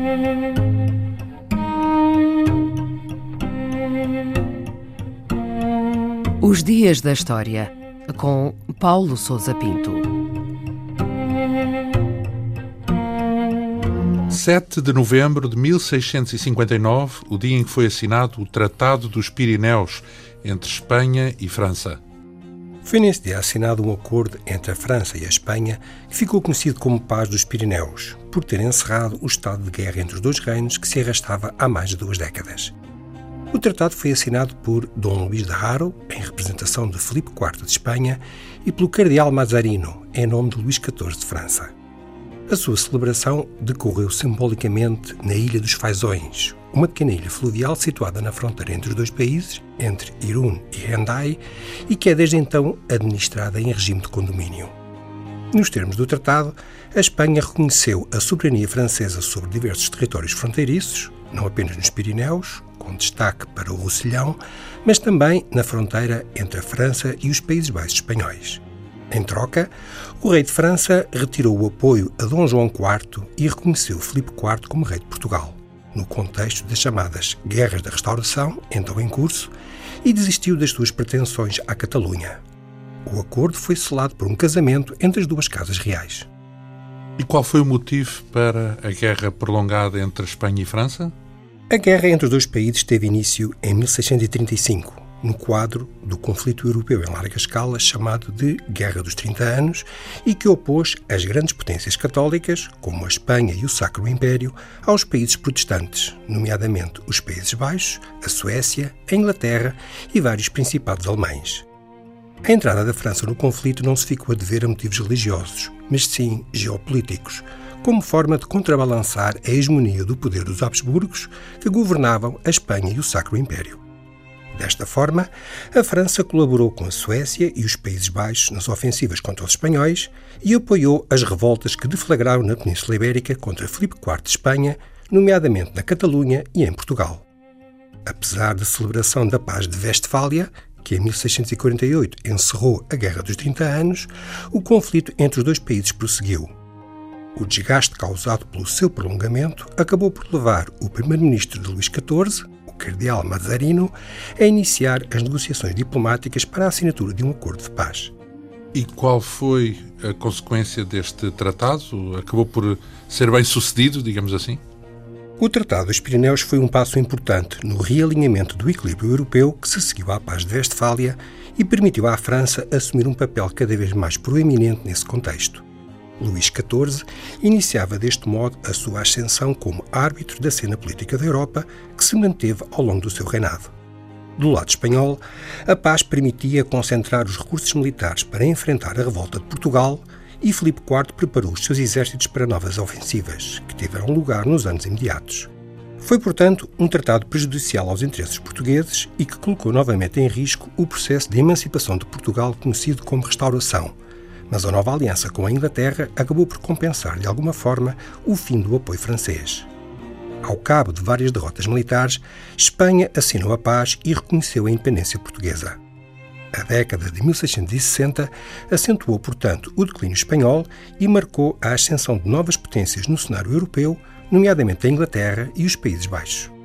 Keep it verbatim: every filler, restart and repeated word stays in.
Os Dias da História, com Paulo Sousa Pinto. sete de novembro de mil seiscentos e cinquenta e nove, o dia em que foi assinado o Tratado dos Pirineus entre Espanha e França. Foi nesse dia assinado um acordo entre a França e a Espanha que ficou conhecido como Paz dos Pirineus, por ter encerrado o estado de guerra entre os dois reinos que se arrastava há mais de duas décadas. O tratado foi assinado por Dom Luís de Haro, em representação de Filipe quarto de Espanha, e pelo Cardeal Mazarino, em nome de Luís catorze de França. A sua celebração decorreu simbolicamente na Ilha dos Faisões, uma pequena ilha fluvial situada na fronteira entre os dois países, entre Irún e Hendaye, e que é desde então administrada em regime de condomínio. Nos termos do tratado, a Espanha reconheceu a soberania francesa sobre diversos territórios fronteiriços, não apenas nos Pirineus, com destaque para o Roussillon, mas também na fronteira entre a França e os Países Baixos espanhóis. Em troca, o rei de França retirou o apoio a Dom João quarto e reconheceu Filipe quarto como rei de Portugal, no contexto das chamadas Guerras da Restauração, então em curso, e desistiu das suas pretensões à Catalunha. O acordo foi selado por um casamento entre as duas casas reais. E qual foi o motivo para a guerra prolongada entre Espanha e França? A guerra entre os dois países teve início em mil seiscentos e trinta e cinco, no quadro do conflito europeu em larga escala chamado de Guerra dos trinta anos e que opôs as grandes potências católicas, como a Espanha e o Sacro Império, aos países protestantes, nomeadamente os Países Baixos, a Suécia, a Inglaterra e vários principados alemães. A entrada da França no conflito não se ficou a dever a motivos religiosos, mas sim geopolíticos, como forma de contrabalançar a hegemonia do poder dos Habsburgos que governavam a Espanha e o Sacro Império. Desta forma, a França colaborou com a Suécia e os Países Baixos nas ofensivas contra os espanhóis e apoiou as revoltas que deflagraram na Península Ibérica contra Filipe quarto de Espanha, nomeadamente na Catalunha e em Portugal. Apesar da celebração da Paz de Westfália, que em mil seiscentos e quarenta e oito encerrou a Guerra dos trinta anos, o conflito entre os dois países prosseguiu. O desgaste causado pelo seu prolongamento acabou por levar o primeiro-ministro de Luís catorze, o Cardeal Mazarino, a iniciar as negociações diplomáticas para a assinatura de um acordo de paz. E qual foi a consequência deste tratado? Acabou por ser bem sucedido, digamos assim? O Tratado dos Pirineus foi um passo importante no realinhamento do equilíbrio europeu que se seguiu à Paz de Westfália e permitiu à França assumir um papel cada vez mais proeminente nesse contexto. Luís catorze iniciava deste modo a sua ascensão como árbitro da cena política da Europa, que se manteve ao longo do seu reinado. Do lado espanhol, a paz permitia concentrar os recursos militares para enfrentar a revolta de Portugal e Filipe quarto preparou os seus exércitos para novas ofensivas, que tiveram lugar nos anos imediatos. Foi, portanto, um tratado prejudicial aos interesses portugueses e que colocou novamente em risco o processo de emancipação de Portugal conhecido como Restauração, mas a nova aliança com a Inglaterra acabou por compensar de alguma forma o fim do apoio francês. Ao cabo de várias derrotas militares, Espanha assinou a paz e reconheceu a independência portuguesa. A década de mil seiscentos e sessenta acentuou, portanto, o declínio espanhol e marcou a ascensão de novas potências no cenário europeu, nomeadamente a Inglaterra e os Países Baixos.